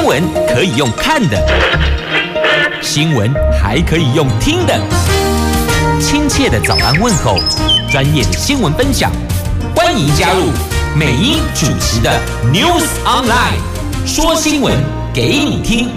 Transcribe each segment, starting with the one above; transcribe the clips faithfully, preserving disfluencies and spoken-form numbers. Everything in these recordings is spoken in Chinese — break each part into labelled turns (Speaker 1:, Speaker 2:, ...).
Speaker 1: 闻可以用看的，新闻还可以用听的。亲切的早安问候，专业的新闻分享，欢迎加入美英主持的 News Online， 说新闻给你听。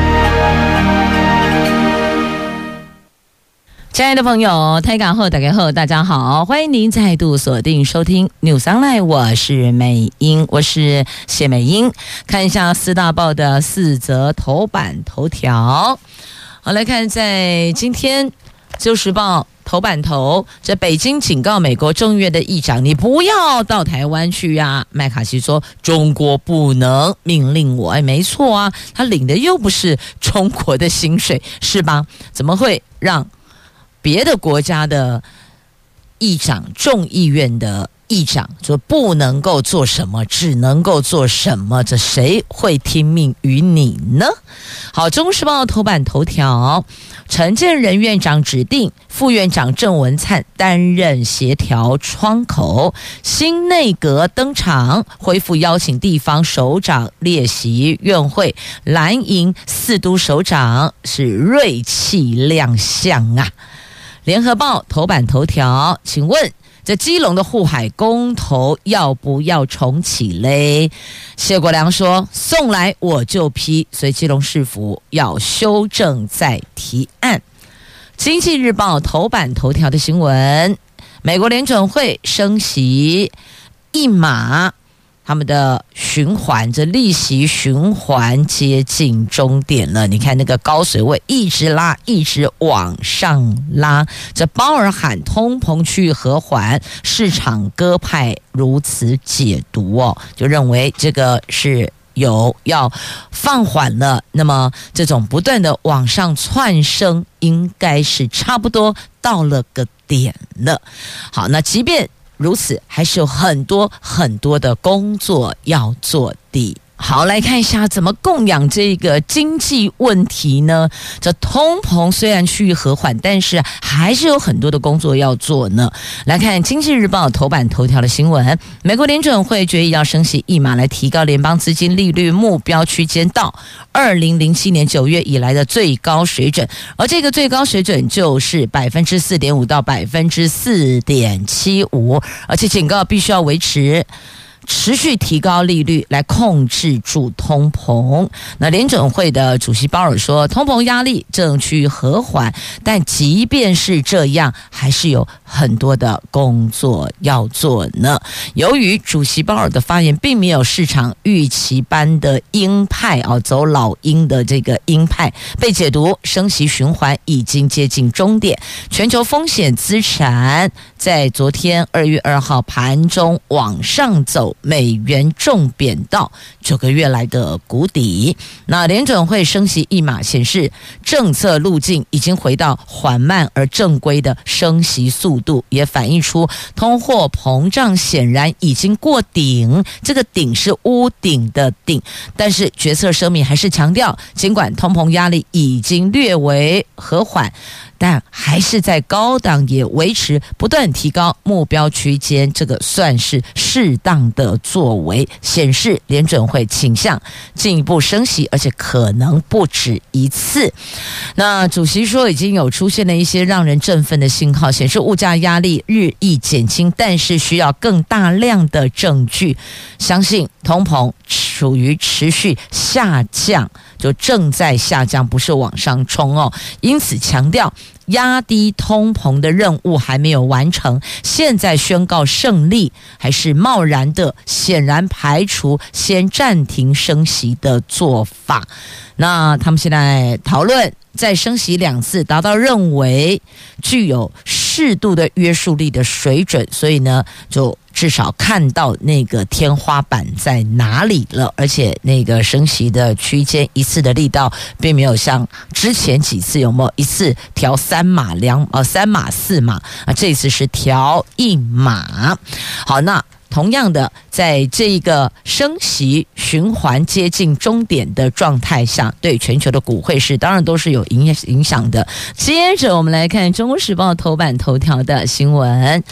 Speaker 2: 亲爱的朋友，台港后大家好，大家好，欢迎您再度锁定收听 News Online， 我是美英，我是谢美英。看一下四大报的四则头版头条。好，来看在今天自由时报头版头，这北京警告美国众议院的议长，你不要到台湾去啊。麦卡锡说中国不能命令我，哎，没错啊，他领的又不是中国的薪水，是吧？怎么会让别的国家的议长、众议院的议长说不能够做什么，只能够做什么？这谁会听命于你呢？好，《中时报》头版头条，陈建仁院长指定副院长郑文灿担任协调窗口，新内阁登场，恢复邀请地方首长列席院会，蓝营四都首长是锐气亮相啊！联合报头版头条，请问这基隆的护海公投要不要重启嘞？谢国良说送来我就批，所以基隆市府要修正再提案。经济日报头版头条的新闻，美国联准会升息一码，他们的循环，这利息循环接近终点了。你看那个高水位一直拉，一直往上拉。这鲍尔喊通膨趋于和缓，市场鸽派如此解读哦，就认为这个是有要放缓了。那么这种不断的往上窜升，应该是差不多到了个点了。好，那即便如此，还是有很多很多的工作要做的。好，来看一下怎么供养这个经济问题呢？这通膨虽然趋于和缓，但是还是有很多的工作要做呢。来看《经济日报》头版头条的新闻，美国联准会决议要升息一码，来提高联邦资金利率目标区间到二零零七年九月以来的最高水准，而这个最高水准就是百分之四点五到百分之四点七五，而且警告必须要维持持续提高利率来控制住通膨。那联准会的主席鲍尔说，通膨压力正趋于和缓，但即便是这样，还是有很多的工作要做呢。由于主席鲍尔的发言并没有市场预期般的鹰派啊，走老鹰的这个鹰派，被解读升息循环已经接近终点。全球风险资产在昨天二月二号盘中往上走，美元重贬到九个月来的谷底。那联准会升息一码，显示政策路径已经回到缓慢而正规的升息速度，也反映出通货膨胀显然已经过顶，这个顶是屋顶的顶。但是决策声明还是强调，尽管通膨压力已经略为和缓，但还是在高档，也维持不断提高目标区间，这个算是适当的作为，显示联准会倾向进一步升息，而且可能不止一次。那主席说，已经有出现了一些让人振奋的信号，显示物价压力日益减轻，但是需要更大量的证据，相信通膨属于持续下降，就正在下降，不是往上冲哦。因此强调压低通膨的任务还没有完成，现在宣告胜利还是贸然的，显然排除先暂停升息的做法。那他们现在讨论再升息两次，达到认为具有适度的约束力的水准，所以呢就至少看到那个天花板在哪里了，而且那个升息的区间一次的力道并没有像之前几次有没有一次调三码两呃三码四码啊，这次是调一码。好，那同样的，在这个升息循环接近终点的状态下，对全球的股汇市当然都是有影影响的。接着我们来看《中国时报》头版头条的新闻，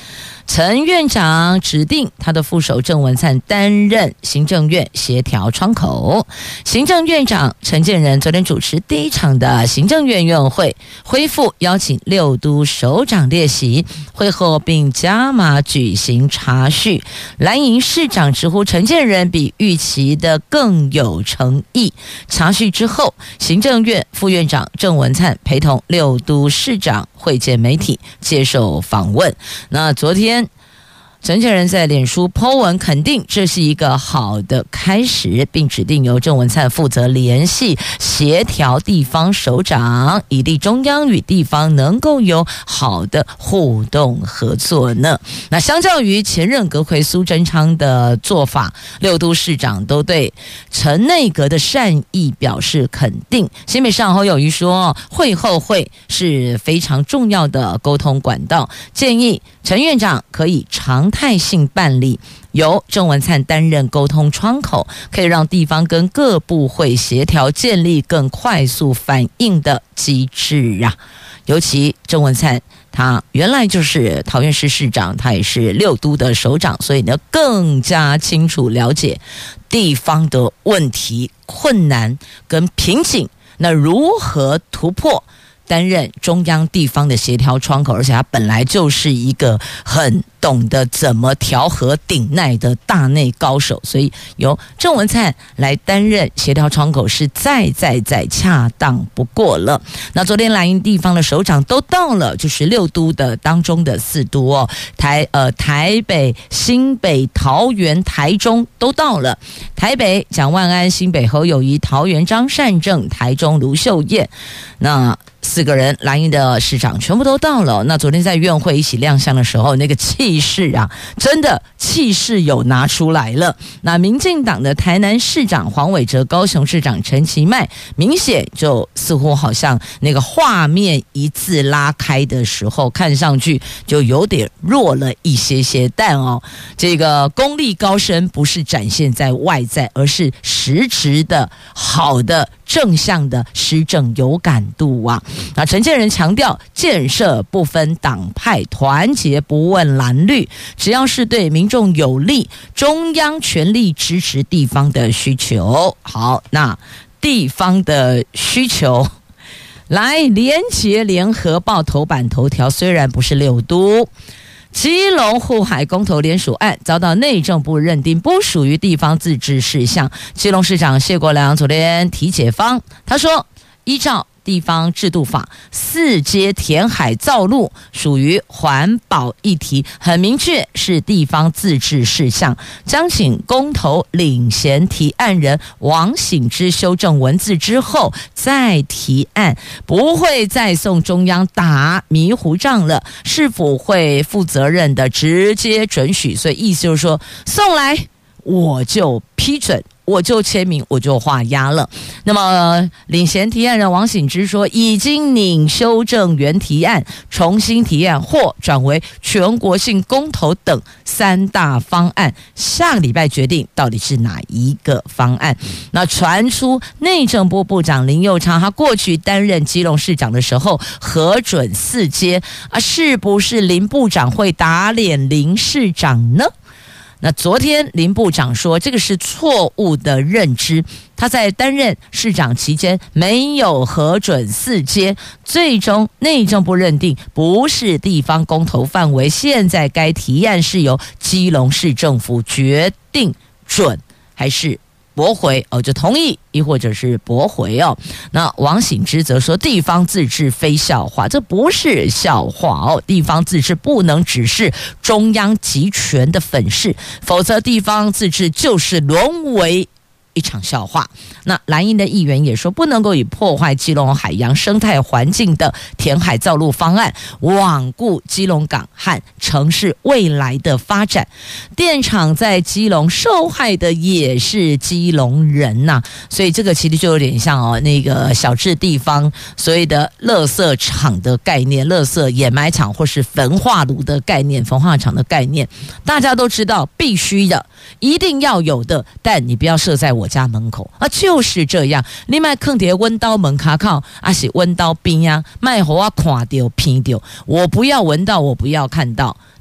Speaker 2: 陈院长指定他的副手郑文灿担任行政院协调窗口。行政院长陈建仁昨天主持第一场的行政院院会，恢复邀请六都首长列席，会后并加码举行茶叙。蓝营市长直呼陈建仁比预期的更有诚意。茶叙之后，行政院副院长郑文灿陪同六都市长会见媒体，接受访问。那昨天陈建仁在脸书 po 文肯定这是一个好的开始，并指定由郑文灿负责联系协调地方首长，以利中央与地方能够有好的互动合作呢。那相较于前任阁揆苏贞昌的做法，六都市长都对陈内阁的善意表示肯定。新北市长侯友宜说，会后会是非常重要的沟通管道，建议陈院长可以常态性办理，由郑文灿担任沟通窗口，可以让地方跟各部会协调，建立更快速反应的机制啊。尤其郑文灿他原来就是桃园市市长，他也是六都的首长，所以呢更加清楚了解地方的问题、困难跟瓶颈，那如何突破，担任中央地方的协调窗口，而且他本来就是一个很懂得怎么调和顶鼐的大内高手，所以由郑文灿来担任协调窗口是再再再恰当不过了。那昨天蓝营地方的首长都到了，就是六都的当中的四都哦，台呃台北、新北、桃园、台中都到了。台北蒋万安，新北侯友宜，桃园张善政，台中卢秀燕。那四个人蓝营的市长全部都到了。那昨天在院会一起亮相的时候，那个气势啊，真的气势有拿出来了。那民进党的台南市长黄伟哲、高雄市长陈其迈，明显就似乎好像那个画面一字拉开的时候，看上去就有点弱了一些些。但哦，这个功力高深不是展现在外在，而是实质的好的正向的施政有感度啊。那陈建仁强调，建设不分党派，团结不问蓝绿，只要是对民众有利，中央全力支持地方的需求。好，那地方的需求，来连结联合报头版头条，虽然不是六都。基隆护海公投联署案遭到内政部认定不属于地方自治事项，基隆市长谢国良昨天提解方，他说依照地方制度法，四街填海造陆属于环保议题，很明确是地方自治事项，将请公投领衔提案人王醒之修正文字之后再提案，不会再送中央打迷糊仗了，是否会负责任的直接准许？所以意思就是说，送来我就批准，我就签名，我就画押了。那么领衔提案人王醒之说，已经拟修正原提案，重新提案或转为全国性公投等三大方案，下个礼拜决定到底是哪一个方案。那传出内政部部长林右昌，他过去担任基隆市长的时候核准四街啊，是不是林部长会打脸林市长呢？那昨天林部长说，这个是错误的认知，他在担任市长期间没有核准四街，最终内政部认定不是地方公投范围，现在该提案是由基隆市政府决定准还是驳回哦，就同意，亦或者是驳回哦。那王醒之则说，地方自治非笑话，这不是笑话哦。地方自治不能只是中央集权的粉饰，否则地方自治就是沦为一场笑话。那蓝营的议员也说，不能够以破坏基隆海洋生态环境的填海造陆方案罔顾基隆港和城市未来的发展。电厂在基隆受害的也是基隆人呐、啊，所以这个其实就有点像哦那个小至地方所谓的垃圾场的概念、垃圾掩埋场或是焚化炉的概念、焚化厂的概念，大家都知道必须的、一定要有的，但你不要设在我家门口啊，就是这样。你卖坑在温刀门卡靠，啊是温刀边呀，卖火啊看到偏到，我不要闻到，我不要看到。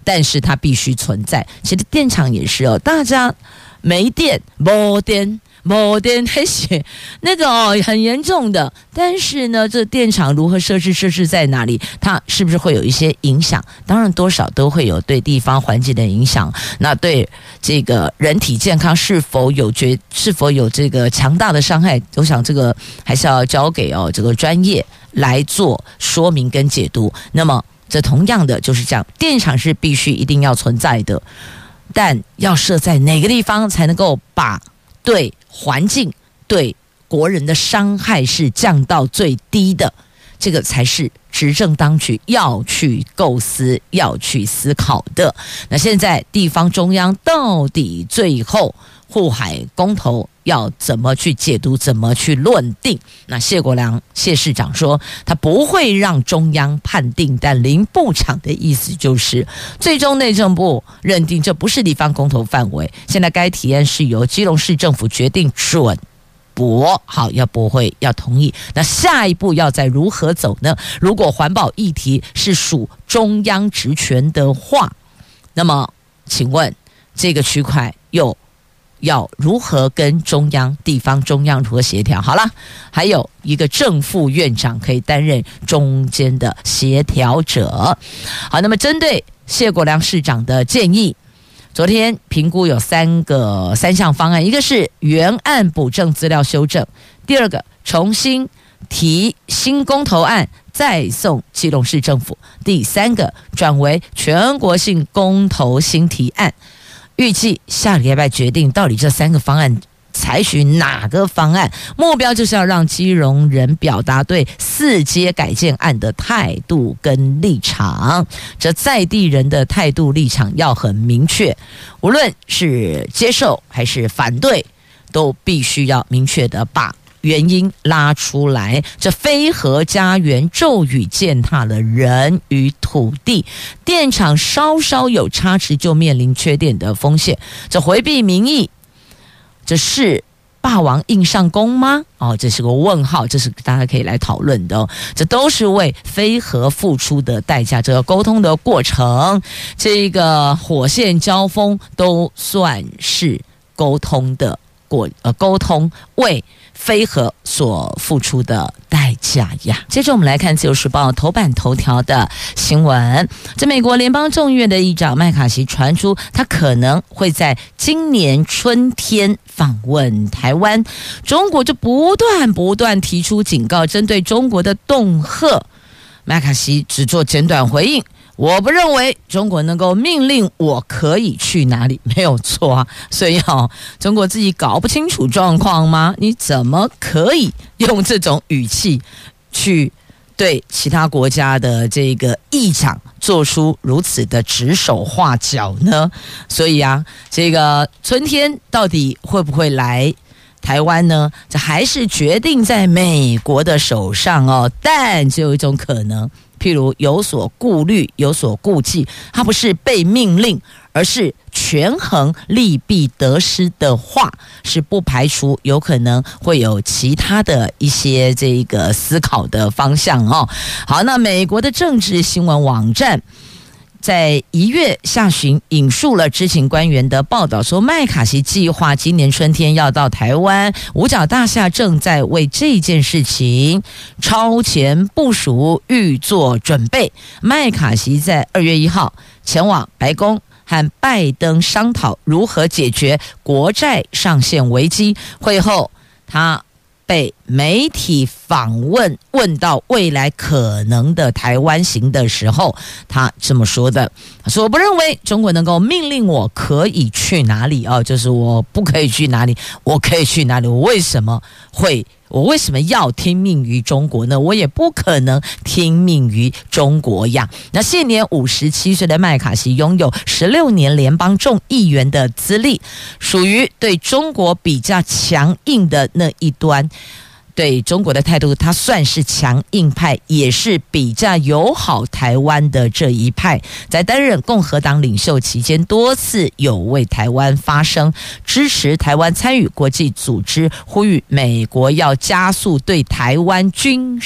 Speaker 2: 但是它必须存在。其实电厂也是哦，大家没电没电没电还写那个哦很严重的，但是呢这电厂如何设置，设置在哪里，它是不是会有一些影响？当然多少都会有对地方环境的影响，那对这个人体健康是否有觉是否有这个强大的伤害，我想这个还是要交给哦这个专业来做说明跟解读。那么这同样的就是这样，电厂是必须一定要存在的，但要设在哪个地方才能够把对环境对国人的伤害是降到最低的，这个才是执政当局要去构思要去思考的。那现在地方中央到底最后护海公投要怎么去解读，怎么去论定？那谢国良谢市长说他不会让中央判定，但林部长的意思就是最终内政部认定这不是地方公投范围，现在该提案是由基隆市政府决定准驳，好，要驳回要同意。那下一步要再如何走呢？如果环保议题是属中央职权的话，那么请问这个区块又要如何跟中央地方中央如何协调？好了，还有一个正副院长可以担任中间的协调者。好，那么针对谢国良市长的建议，昨天评估有三个三项方案，一个是原案补正资料修正，第二个重新提新公投案再送基隆市政府，第三个转为全国性公投新提案。预计下礼拜决定到底这三个方案采取哪个方案，目标就是要让基隆人表达对四阶改建案的态度跟立场，这在地人的态度立场要很明确，无论是接受还是反对，都必须要明确的把原因拉出来。这非核家园骤雨践踏了人与土地，电厂稍稍有差池就面临缺电的风险，这回避民意，这是霸王硬上弓吗？哦，这是个问号，这是大家可以来讨论的哦。这都是为非核付出的代价，这个沟通的过程，这个火线交锋都算是沟通的过呃沟通为非核所付出的代价呀。接着我们来看自由时报头版头条的新闻，这美国联邦众议院的议长麦卡锡传出他可能会在今年春天访问台湾，中国就不断不断提出警告，针对中国的恫吓，麦卡锡只做简短回应，我不认为中国能够命令我可以去哪里，没有错啊。所以哦，中国自己搞不清楚状况吗？你怎么可以用这种语气去对其他国家的这个议长做出如此的指手画脚呢？所以啊，这个春天到底会不会来台湾呢？这还是决定在美国的手上哦。但只有一种可能，譬如有所顾虑有所顾忌，他不是被命令，而是权衡利弊得失的话，是不排除有可能会有其他的一些这个思考的方向哦。好，那美国的政治新闻网站在一月下旬引述了知情官员的报道，说麦卡锡计划今年春天要到台湾，五角大厦正在为这件事情超前部署预做准备。麦卡锡在二月一号前往白宫和拜登商讨如何解决国债上限危机，会后他被媒体访问，问到未来可能的台湾行的时候，他这么说的，他说我不认为中国能够命令我可以去哪里哦，就是我不可以去哪里，我可以去哪里，我为什么会我为什么要听命于中国呢？我也不可能听命于中国呀。那现年五十七岁的麦卡锡拥有十六年联邦众议员的资历，属于对中国比较强硬的那一端。对中国的态度，他算是强硬派，也是比较友好台湾的这一派。在担任共和党领袖期间，多次有为台湾发声，支持台湾参与国际组织，呼吁美国要加速对台湾军售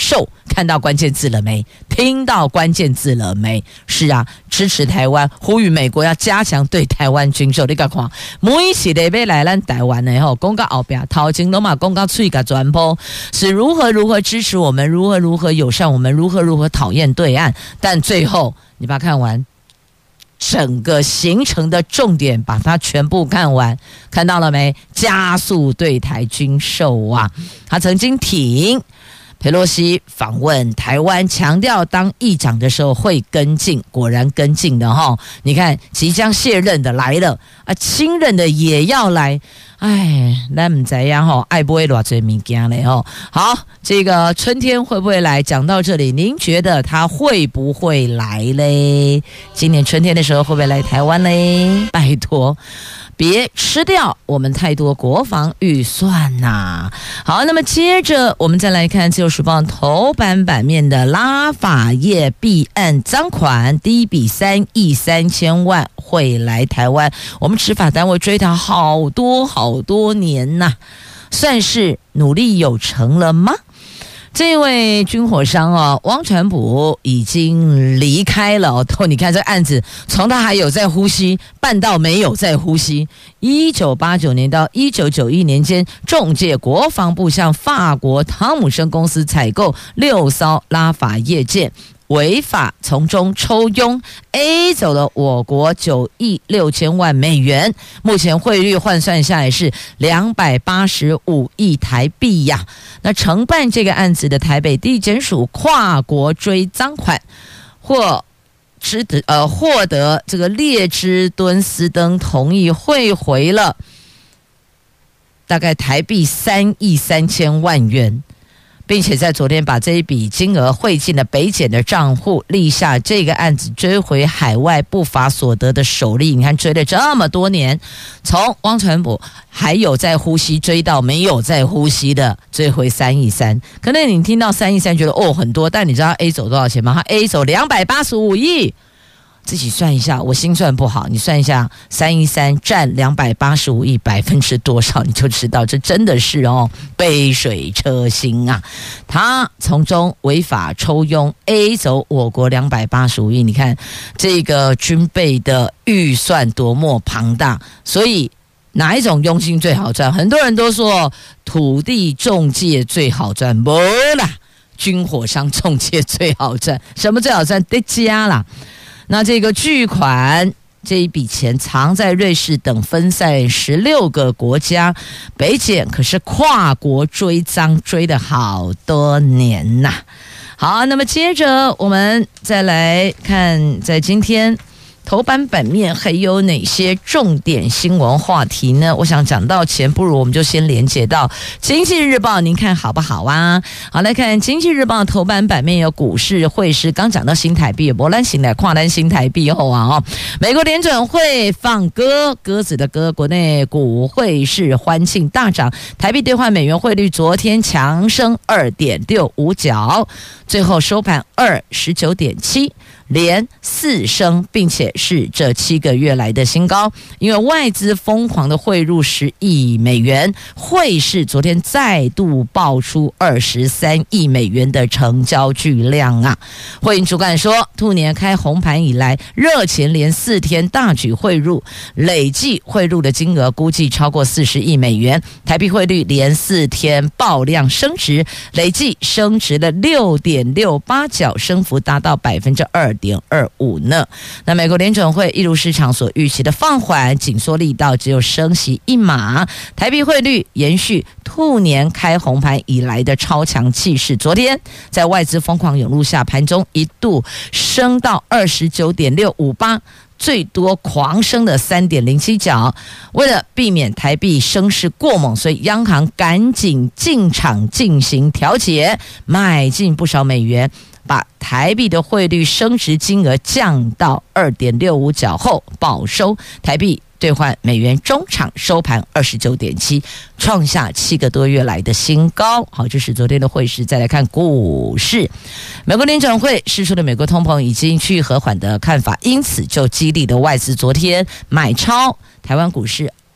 Speaker 2: 看到关键字了没？听到关键字了没？是啊，支持台湾，呼吁美国要加强对台湾军售。你看看，每一次都要来咱台湾的吼，讲到后边，头前都嘛讲到嘴甲全部是如何如何支持我们，如何如何友善我们，如何如何讨厌对岸，但最后你把它看完。整个行程的重点，把它全部看完，看到了没？加速对台军售啊！他曾经挺裴洛西访问台湾，强调当议长的时候会跟进，果然跟进的哈。你看，即将卸任的来了啊，新任的也要来。哎，咱唔知呀吼，爱不会偌侪物件嘞吼。好，这个春天会不会来？讲到这里，您觉得他会不会来嘞？今年春天的时候会不会来台湾嘞？拜托。别吃掉我们太多国防预算呐、啊！好，那么接着我们再来看《自由时报》头版版面的拉法叶弊案赃款，第一笔三亿三千万会来台湾，我们执法单位追讨好多好多年呐、啊，算是努力有成了吗？这位军火商哦，汪传甫已经离开了哦。你看这案子，从他还有在呼吸，办到没有在呼吸。一九八九年到一九九一年间，中介国防部向法国汤姆森公司采购六艘拉法叶舰。违法从中抽佣 A 走了我国九亿六千万美元，目前汇率换算下来是两百八十五亿台币呀。那承办这个案子的台北地检署跨国追赃款，或知得呃获得这个列支敦斯登同意汇回了大概台币三亿三千万元。并且在昨天把这一笔金额汇进了北检的账户，立下这个案子追回海外不法所得的首例。你看追了这么多年，从汪传甫还有在呼吸追到没有在呼吸的，追回三亿三。可能你听到三亿三觉得哦很多，但你知道 A 走多少钱吗？他 A 走两百八十五亿。自己算一下，我心算不好，你算一下三一三占两百八十五亿百分之多少，你就知道这真的是哦杯水车薪啊！他从中违法抽佣 A 走我国两百八十五亿，你看这个军备的预算多么庞大，所以哪一种佣金最好赚？很多人都说土地中介最好赚，没啦，军火商中介最好赚，什么最好赚？得加啦。那这个巨款，这一笔钱藏在瑞士等分散十六个国家，北检可是跨国追赃追了好多年呐、啊。好，那么接着我们再来看，在今天头版版面还有哪些重点新闻话题呢？我想讲到前，不如我们就先连接到经济日报，您看好不好啊？好，来看经济日报头版版面有股市汇市，刚讲到新台币，波兰新来跨单新台币后啊哦，美国联准会放鸽，鸽子的鸽，国内股汇市欢庆大涨，台币兑换美元汇率昨天强升 二点六五 角，最后收盘 二十九点七。连四升，并且是这七个月来的新高，因为外资疯狂的汇入十亿美元，汇市昨天再度爆出二十三亿美元的成交巨量啊！汇银主管说，兔年开红盘以来，热钱连四天大举汇入，累计汇入的金额估计超过四十亿美元，台币汇率连四天爆量升值，累计升值了六点六八角，升幅达到百分之二点二五呢。那美国联准会一如市场所预期的放缓紧缩力道，只有升息一码，台币汇率延续兔年开红盘以来的超强气势。昨天在外资疯狂涌入下，盘中一度升到二十九点六五八。最多狂升的 三点零七 角，为了避免台币升势过猛，所以央行赶紧进场进行调节，买进不少美元，把台币的汇率升值金额降到 二点六五 角后保收，台币兑换美元中场收盘 二十九点七， 创下七个多月来的新高。好，这是昨天的汇市。再来看股市，美国联准会释出的美国通膨已经趋于和缓的看法，因此就激励的外资昨天买超台湾股市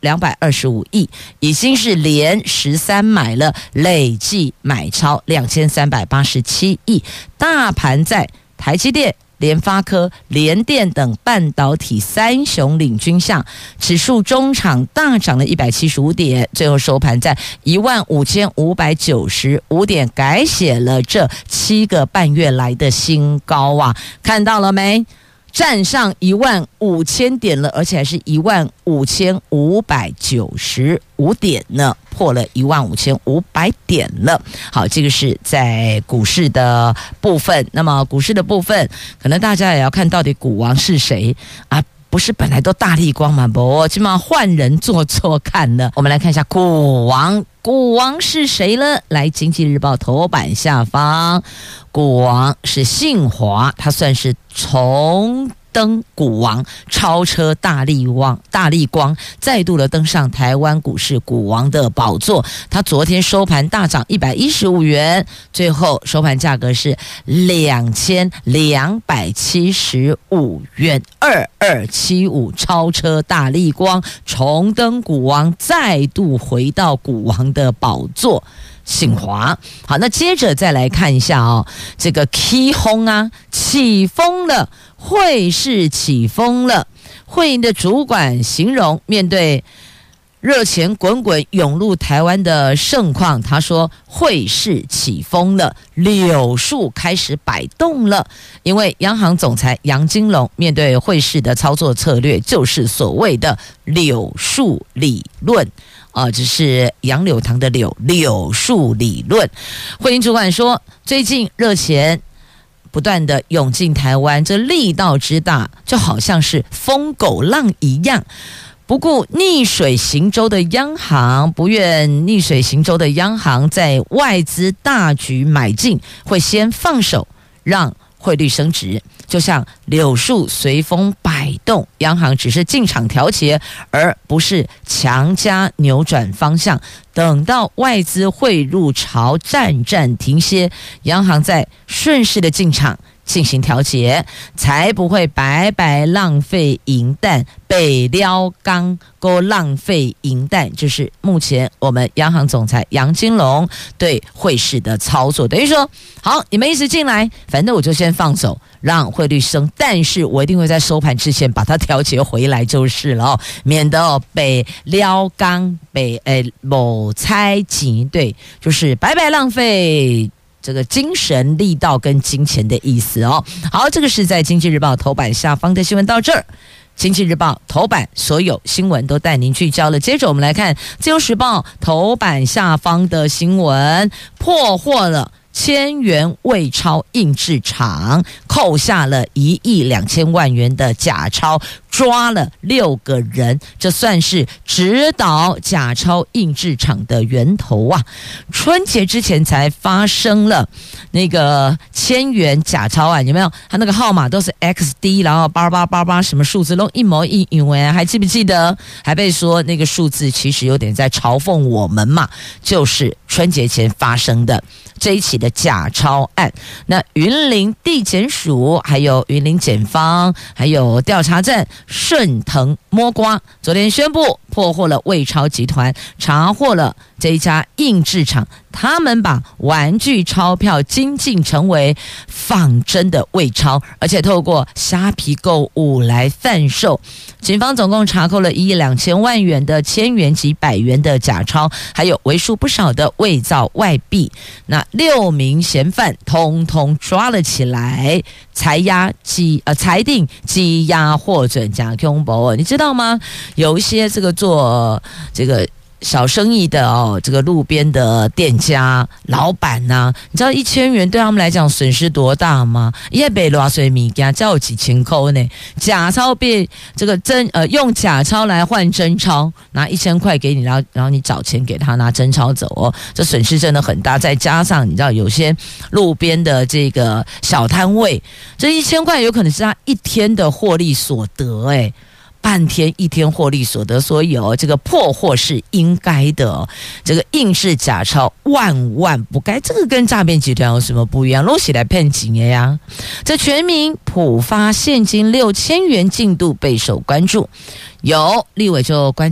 Speaker 2: 两百二十五亿，已经是连十三买了，累计买超两千三百八十七亿。大盘在台积电、联发科、联电等半导体三雄领军下，指数中场大涨了一百七十五点，最后收盘在一万五千五百九十五点，改写了这七个半月来的新高啊！看到了没？站上一万五千点了，而且还是一万五千五百九十五点呢，破了一万五千五百点了。好，这个是在股市的部分。那么股市的部分，可能大家也要看到底股王是谁啊？不是本来都大立光吗？不，起码换人做做看了。我们来看一下股王，股王是谁呢？来，经济日报头版下方，股王是信华，他算是重登股王，超车大立光，大立光再度的登上台湾股市股王的宝座。他昨天收盘大涨一百一十五元，最后收盘价格是两千两百七十五元，二二七五，超车大立光，重登股王，再度回到股王的宝座。信华，好，那接着再来看一下哦，这个起风啊，起风了，汇市起风了。汇银的主管形容面对热钱滚滚涌入台湾的盛况，他说汇市起风了，柳树开始摆动了。因为央行总裁杨金龙面对汇市的操作策略，就是所谓的柳树理论。啊、呃，这是杨柳堂的柳柳树理论。汇银主管说，最近热钱不断的涌进台湾，这力道之大，就好像是疯狗浪一样。不顾逆水行舟的央行，不愿逆水行舟的央行在外资大举买进，会先放手，让汇率升值，就像柳树随风摆动，央行只是进场调节，而不是强加扭转方向。等到外资汇入潮暂暂停歇，央行再顺势的进场进行调节，才不会白白浪费银弹，被撩缸够浪费银弹。这是目前我们央行总裁杨金龙对汇市的操作，等于说，好，你们一直进来，反正我就先放手，让汇率升，但是我一定会在收盘之前把它调节回来就是了哦，免得哦被撩缸被诶某猜忌，对，就是白白浪费这个精神力道跟金钱的意思哦。好，这个是在经济日报头版下方的新闻，到这儿。经济日报头版所有新闻都带您聚焦了。接着我们来看自由时报头版下方的新闻，破获了千元伪钞印制厂，扣下了一亿两千万元的假钞，抓了六个人，这算是指导假钞印制厂的源头啊！春节之前才发生了那个千元假钞案，有没有？它那个号码都是 X D， 然后八八八八什么数字都一模一样，还记不记得？还被说那个数字其实有点在嘲讽我们嘛，就是春节前发生的这一起的假钞案。那云林地检署还有云林检方还有调查站顺藤摸瓜，昨天宣布破获了伪钞集团，查获了这一家印制厂，他们把玩具钞票精进成为仿真的伪钞，而且透过虾皮购物来贩售。警方总共查扣了一亿两千万元的千元及百元的假钞，还有为数不少的伪造外币。那六名嫌犯通通抓了起来，裁押羁呃裁定羁押获准假恐怖。你知道吗？有一些这个做这个小生意的哦，这个路边的店家老板呐、啊，你知道一千元对他们来讲损失多大吗？也被偌水米家叫几千块呢，假钞被这个真呃用假钞来换真钞，拿一千块给你，然后然后你找钱给他拿真钞走哦，这损失真的很大。再加上你知道有些路边的这个小摊位，这一千块有可能是他一天的获利所得哎、欸。半天一天获利所得，所以哦，这个破获是应该的、哦。这个印制假钞万万不该，这个跟诈骗集团有什么不一样？都是来骗钱的呀！这全民普发现金六千元进度备受关注，有立委就关切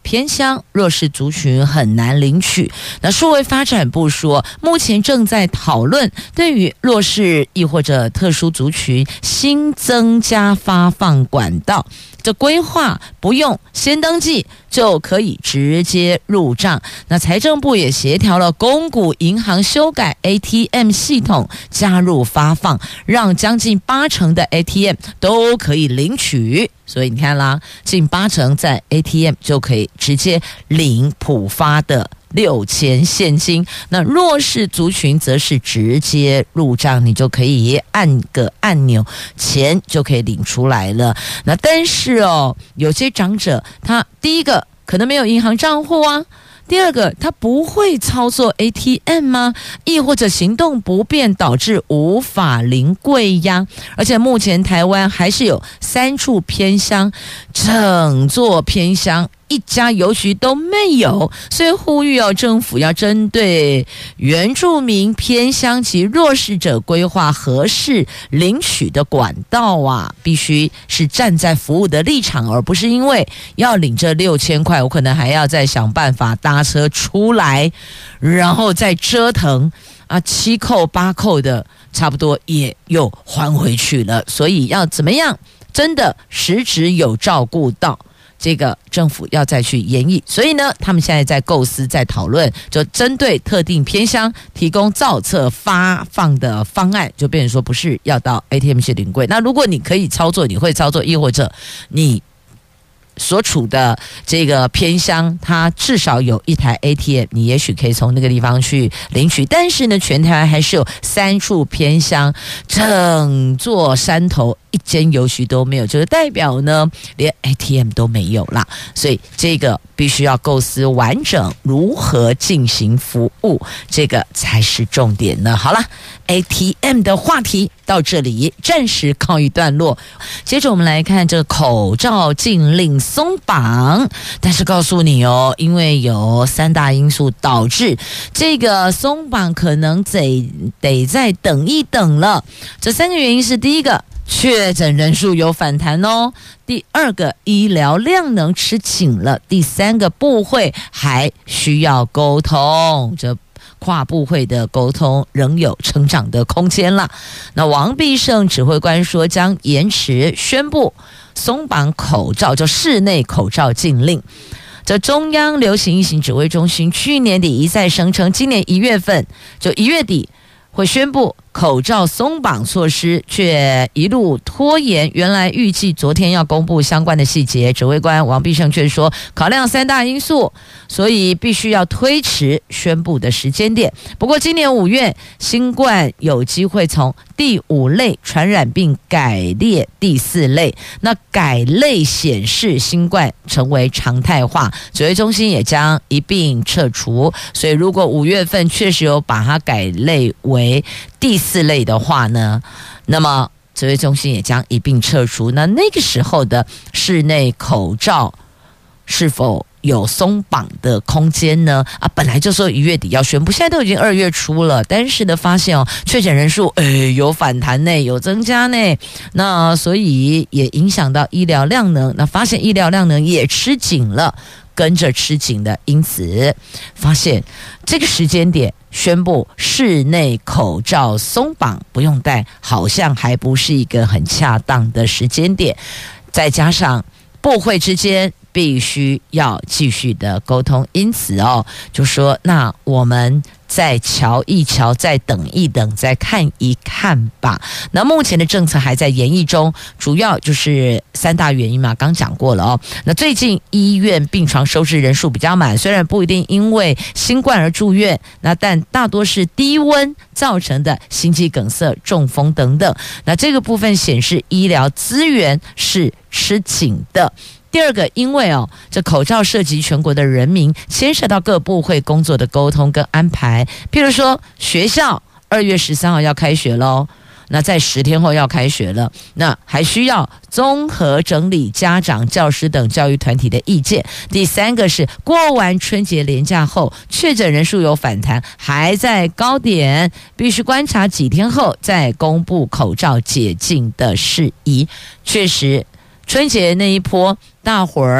Speaker 2: 偏乡弱势族群很难领取。那数位发展部说，目前正在讨论对于弱势亦或者特殊族群新增加发放管道，这规划不用先登记就可以直接入账。那财政部也协调了公股银行修改 A T M 系统，加入发放，让将近八成的 A T M 都可以领取。所以你看啦，近八成在 A T M 就可以直接领普发的六千现金。那弱势族群则是直接入账，你就可以按个按钮，钱就可以领出来了。那但是哦，有些长者他第一个可能没有银行账户啊，第二个他不会操作 A T M 吗？亦或者行动不便导致无法临柜呀？而且目前台湾还是有三处偏乡，整座偏乡一家邮局都没有，所以呼吁哦，政府要针对原住民偏乡及弱势者规划合适领取的管道啊，必须是站在服务的立场，而不是因为要领这六千块，我可能还要再想办法搭车出来，然后再折腾啊，七扣八扣的，差不多也又还回去了。所以要怎么样，真的实质有照顾到？这个政府要再去研议，所以呢，他们现在在构思、在讨论，就针对特定偏乡提供造册发放的方案，就变成说不是要到 A T M 去领柜。那如果你可以操作，你会操作，亦或者你所处的这个偏乡，它至少有一台 A T M， 你也许可以从那个地方去领取。但是呢，全台湾还是有三处偏乡，整座山头一间邮局都没有，就是代表呢，连 A T M 都没有啦。所以这个必须要构思完整，如何进行服务，这个才是重点呢。好了 ，A T M 的话题到这里暂时告一段落。接着我们来看这个口罩禁令松绑，但是告诉你哦，因为有三大因素导致这个松绑可能得得再等一等了。这三个原因是：第一个，确诊人数有反弹哦；第二个，医疗量能吃紧了；第三个，部会还需要沟通。这跨部会的沟通仍有成长的空间啦。那王必胜指挥官说，将延迟宣布松绑口罩，就室内口罩禁令。这中央流行疫情指挥中心去年底一再声称，今年一月份就一月底会宣布口罩松绑措施，却一路拖延。原来预计昨天要公布相关的细节，指挥官王必胜却说，考量三大因素，所以必须要推迟宣布的时间点。不过今年五月，新冠有机会从第五类传染病改列第四类，那改类显示新冠成为常态化，指挥中心也将一并撤除。所以如果五月份确实有把它改类为第四类的话呢，那么指挥中心也将一并撤除。那那个时候的室内口罩是否有松绑的空间呢？啊，本来就说一月底要宣布，现在都已经二月初了，但是的发现哦，确诊人数诶有反弹呢，有增加呢，那所以也影响到医疗量能，那发现医疗量能也吃紧了，跟着吃紧的，因此发现这个时间点宣布室内口罩松绑不用戴，好像还不是一个很恰当的时间点。再加上部会之间必须要继续的沟通，因此哦，就说那我们再瞧一瞧，再等一等，再看一看吧。那目前的政策还在研议中，主要就是三大原因嘛，刚讲过了哦。那最近医院病床收治人数比较满，虽然不一定因为新冠而住院，那但大多是低温造成的心肌梗塞、中风等等。那这个部分显示医疗资源是吃紧的。第二个，因为哦，这口罩涉及全国的人民，牵涉到各部会工作的沟通跟安排。譬如说，学校二月十三号要开学喽，那在十天后要开学了，那还需要综合整理家长、教师等教育团体的意见。第三个是过完春节连假后，确诊人数有反弹，还在高点，必须观察几天后再公布口罩解禁的事宜。确实，春节那一波大伙儿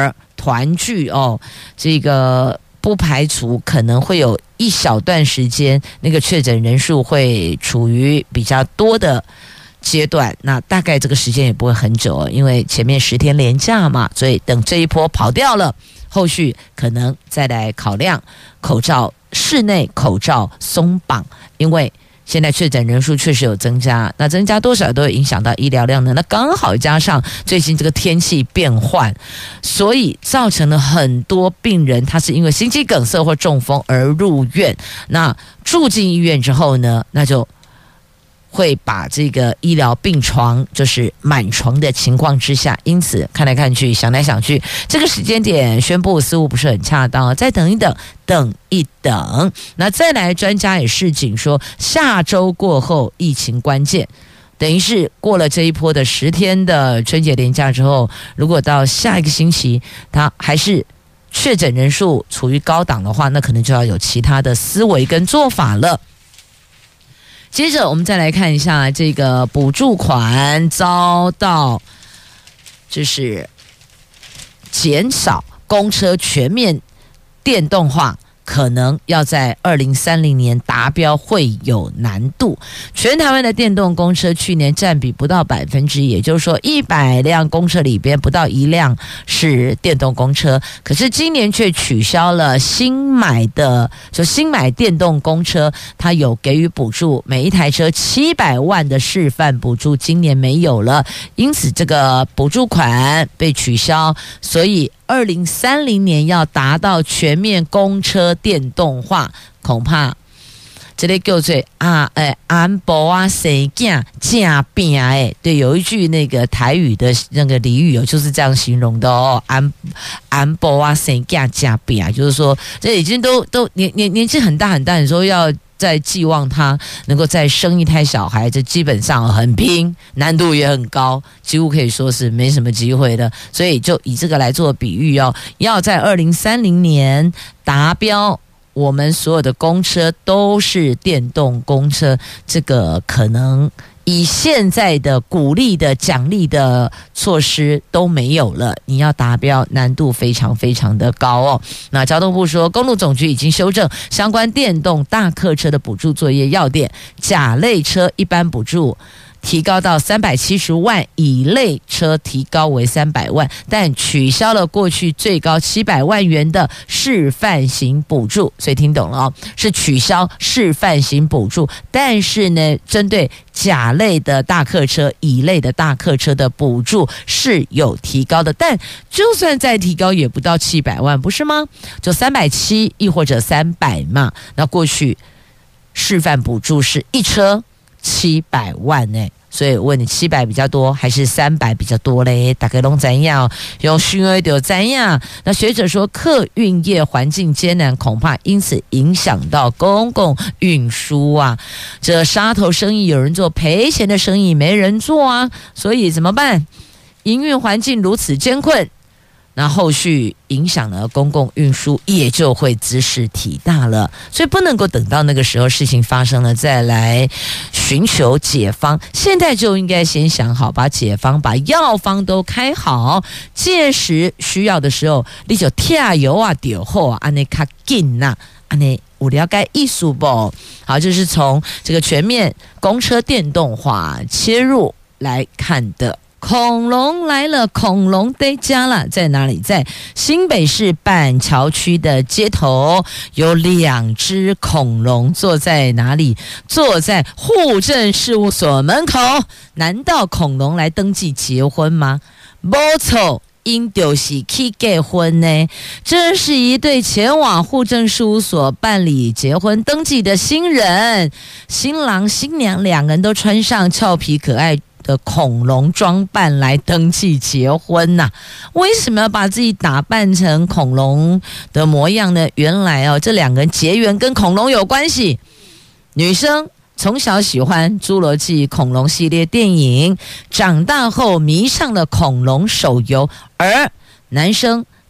Speaker 2: 团聚哦，这个不排除可能会有一小段时间那个确诊人数会处于比较多的阶段，那大概这个时间也不会很久，因为前面十天连假嘛，所以等这一波跑掉了，后续可能再来考量口罩室内口罩松绑，因为现在确诊人数确实有增加，那增加多少都会影响到医疗量呢？那刚好加上最近这个天气变换，所以造成了很多病人他是因为心肌梗塞或中风而入院，那住进医院之后呢，那就会把这个医疗病床就是满床的情况之下，因此看来看去想来想去，这个时间点宣布似乎不是很恰当，再等一等等一等。那再来专家也示警说，下周过后疫情关键，等于是过了这一波的十天的春节连假之后，如果到下一个星期它还是确诊人数处于高档的话，那可能就要有其他的思维跟做法了。接着我们再来看一下这个补助款遭到就是减少，公车全面电动化可能要在二零三零年达标会有难度。全台湾的电动公车去年占比不到百分之一，也就是说一百辆公车里边不到一辆是电动公车，可是今年却取消了新买的就新买电动公车，它有给予补助，每一台车七百万的示范补助，今年没有了，因此这个补助款被取消，所以二零三零年要达到全面公车电动化，恐怕这类叫做啊，哎，安保啊，谁干假拼哎，对，有一句那个台语的那个俚语哦，就是这样形容的哦，安安保啊，谁干假拼啊，就是说这已经都都年年年纪很大很大，你说要再寄望他能够再生一胎小孩，这基本上很拼，难度也很高，几乎可以说是没什么机会的。所以就以这个来做比喻哦，要在二零三零年达标，我们所有的公车都是电动公车，这个可能以现在的鼓励的奖励的措施都没有了，你要达标难度非常非常的高哦。那交通部说，公路总局已经修正相关电动大客车的补助作业要点，甲类车一般补助提高到三百七十万，乙类车提高为三百万，但取消了过去最高七百万元的示范型补助，所以听懂了哦，是取消示范型补助，但是呢，针对甲类的大客车、乙类的大客车的补助是有提高的，但就算再提高也不到七百万，不是吗？就三百七亦或者三百嘛。那过去示范补助是一车七百万呢、欸，所以我问你，七百比较多还是三百比较多嘞？大概都怎样？用虚伪的怎样？那学者说，客运业环境艰难，恐怕因此影响到公共运输啊。这杀头生意有人做，赔钱的生意没人做啊。所以怎么办？营运环境如此艰困，那后续影响了公共运输，也就会茲事体大了。所以不能够等到那个时候事情发生了再来寻求解方，现在就应该先想好，把解方把药方都开好，届时需要的时候你就跳油啊丢后啊，安尼较紧呐，安尼有了解艺术不？好，就是从这个全面公车电动化切入来看的。恐龙来了，恐龙得家了，在哪里？在新北市板桥区的街头，有两只恐龙坐在哪里？坐在户政事务所门口。难道恐龙来登记结婚吗？没错，因就是去结婚呢。这是一对前往户政事务所办理结婚登记的新人，新郎新娘两人都穿上俏皮可爱的恐龙装扮来登记结婚呐、啊？为什么要把自己打扮成恐龙的模样呢？原来哦，这两个人结缘跟恐龙有关系。女生从小喜欢侏罗纪恐龙系列电影，长大后迷上了恐龙手游，而男生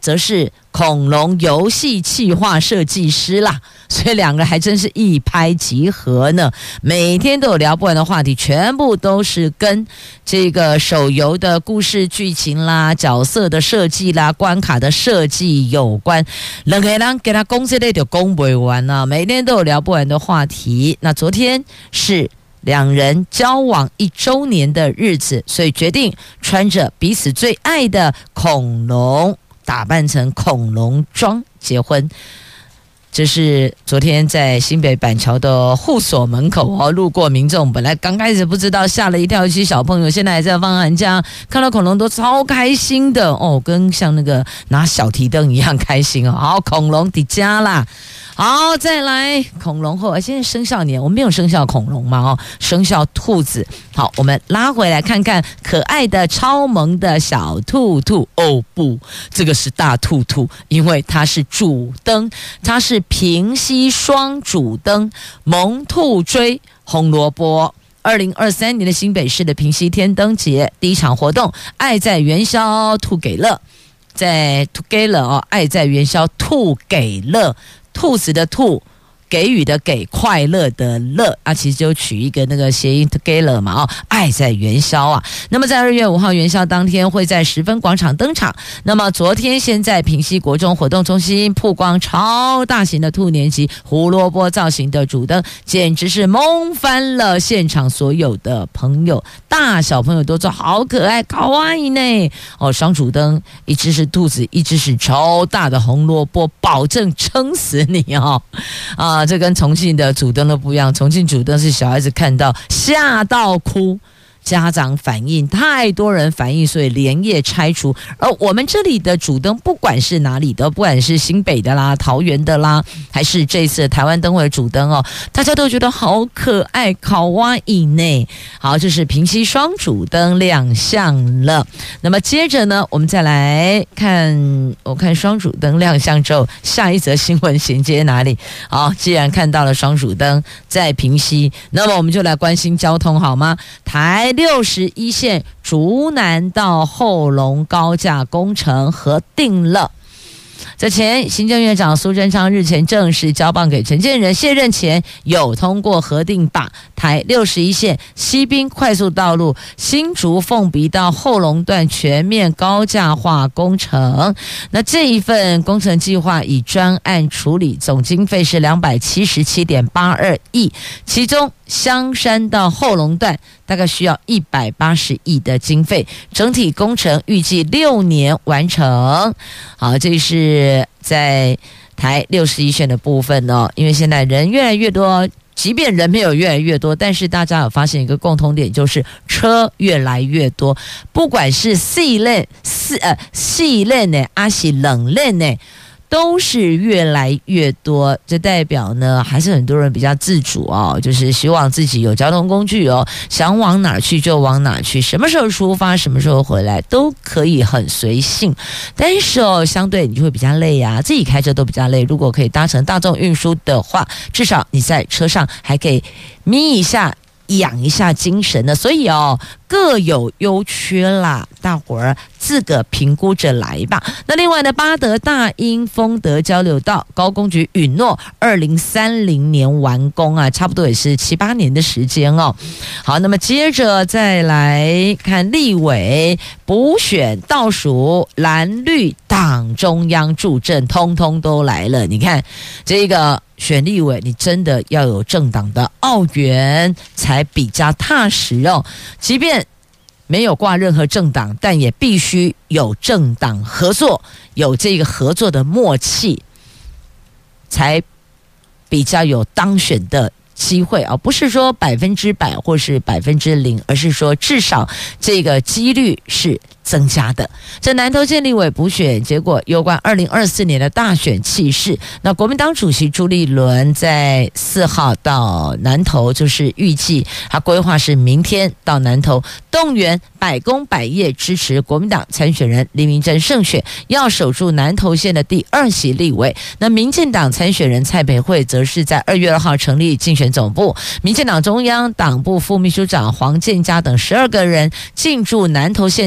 Speaker 2: 则是恐龙游戏企划设计师啦，所以两个还真是一拍即合呢。每天都有聊不完的话题，全部都是跟这个手游的故事剧情啦、角色的设计啦、关卡的设计有关。两个人给他公司类就公不完啊，每天都有聊不完的话题。那昨天是两人交往一周年的日子，所以决定穿着彼此最爱的恐龙，打扮成恐龙装结婚。这是昨天在新北板桥的护所门口哦，路过民众本来刚开始不知道，吓了一跳，尤其小朋友现在还在放寒假，看到恐龙都超开心的哦，跟像那个拿小提灯一样开心哦。好，恐龙的家啦。好，再来恐龙后，现在生肖年我们没有生肖恐龙嘛哦，生肖兔子。好，我们拉回来看看可爱的超萌的小兔兔。哦不，这个是大兔兔，因为它是主灯，它是平溪双主灯，萌兔追红萝卜。二零二三年的新北市的平溪天灯节第一场活动，爱在元宵兔给乐，在 Together 哦，爱在元宵兔给乐。兔子的兔，给予的给，快乐的乐啊，其实就取一个那个谐音 together 嘛，哦，爱在元宵啊。那么在二月五号元宵当天会在十分广场登场。那么昨天先在平溪国中活动中心曝光超大型的兔年级胡萝卜造型的主灯，简直是萌翻了现场所有的朋友，大小朋友都说好可爱，卡哇伊呢。哦，双主灯，一只是兔子，一只是超大的红萝卜，保证撑死你哦。啊，这跟重庆的主灯都不一样，重庆主灯是小孩子看到吓到哭，家长反映太多人反映，所以连夜拆除。而我们这里的主灯，不管是哪里的，不管是新北的啦、桃园的啦，还是这次台湾灯会主灯哦，大家都觉得好可爱，卡哇伊呢。好，这是平溪双主灯亮相了。那么接着呢，我们再来看，我看双主灯亮相之后，下一则新闻衔接哪里？好，既然看到了双主灯在平溪，那么我们就来关心交通好吗？台六十一线竹南到后龙高架工程核定了。在前，行政院长苏贞昌日前正式交棒给陈建仁，卸任前有通过核定把台六十一线西滨快速道路新竹凤鼻到后龙段全面高架化工程。那这一份工程计划以专案处理，总经费是两百七十七点八二亿，其中香山到后龙段大概需要一百八十亿的经费，整体工程预计六年完成。好，这是在台六十一线的部分哦，因为现在人越来越多，即便人没有越来越多，但是大家有发现一个共同点，就是车越来越多，不管是细链、四呃细链呢，还是冷链呢，都是越来越多。这代表呢，还是很多人比较自主哦，就是希望自己有交通工具哦，想往哪去就往哪去，什么时候出发，什么时候回来都可以很随性。但是哦，相对你就会比较累啊，自己开车都比较累。如果可以搭乘大众运输的话，至少你在车上还可以眯一下，养一下精神的。所以哦，各有优缺啦，大伙儿自个评估着来吧。那另外呢，八德大英丰德交流道高工局允诺二零三零年完工啊，差不多也是七八年的时间哦。好，那么接着再来看立委补选倒数，蓝绿党中央助阵，通通都来了。你看这个选立委，你真的要有政党的澳元才比较踏实哦。即便没有挂任何政党，但也必须有政党合作，有这个合作的默契，才比较有当选的机会啊，不是说百分之百或是百分之零，而是说至少这个几率是增加的。这南投县立委补选结果有关二零二四年的大选气势，那国民党主席朱立伦在四号到南投，就是预计他规划是明天到南投动员百工百业支持国民党参选人林明珍胜选，要守住南投县的第二席立委。那民进党参选人蔡培慧则是在二月二号成立竞选总部，民进党中央党部副秘书长黄建嘉等十二个人进驻南投县党部，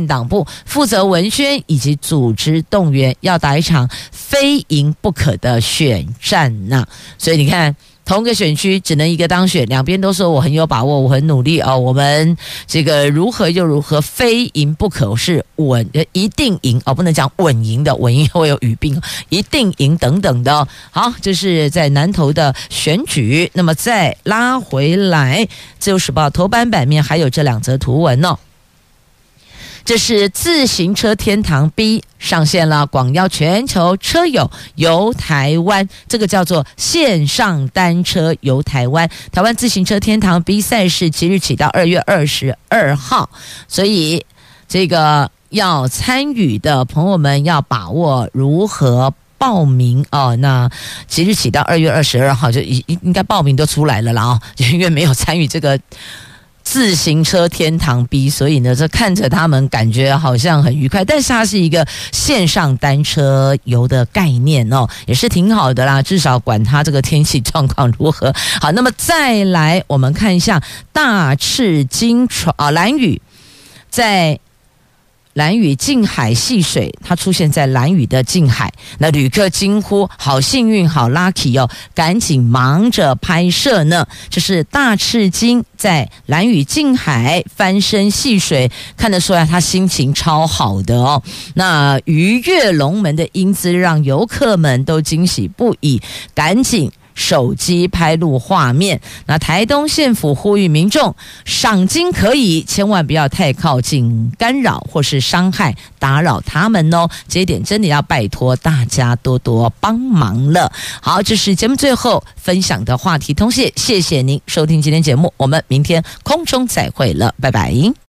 Speaker 2: 负责文宣以及组织动员，要打一场非赢不可的选战呐、啊。所以你看。同个选区只能一个当选，两边都说我很有把握，我很努力哦。我们这个如何又如何，非赢不可，是稳一定赢哦，不能讲稳赢的，稳赢会有语病，一定赢等等的。好，这是在南投的选举。那么再拉回来，自由时报头版版面还有这两则图文哦。这是自行车天堂 B 上线了，广邀全球车友游台湾，这个叫做线上单车游台湾。台湾自行车天堂 B 赛事即日起到二月二十二号，所以这个要参与的朋友们要把握如何报名哦。那即日起到二月二十二号就应该报名都出来了啦哦，因为没有参与这个自行车天堂 B， 所以呢，这看着他们感觉好像很愉快，但是它是一个线上单车游的概念哦，也是挺好的啦，至少管它这个天气状况如何。好，那么再来我们看一下大赤金船啊，兰屿在。兰屿近海戏水，它出现在兰屿的近海，那旅客惊呼好幸运好 lucky 哦，赶紧忙着拍摄呢。这是大赤金在兰屿近海翻身戏水，看得出来他心情超好的哦。那鱼跃龙门的英姿让游客们都惊喜不已，赶紧手机拍录画面。那台东县府呼吁民众赏金可以，千万不要太靠近干扰或是伤害打扰他们哦，这一点真的要拜托大家多多帮忙了。好，这是节目最后分享的话题通信，谢谢您收听今天节目，我们明天空中再会了，拜拜。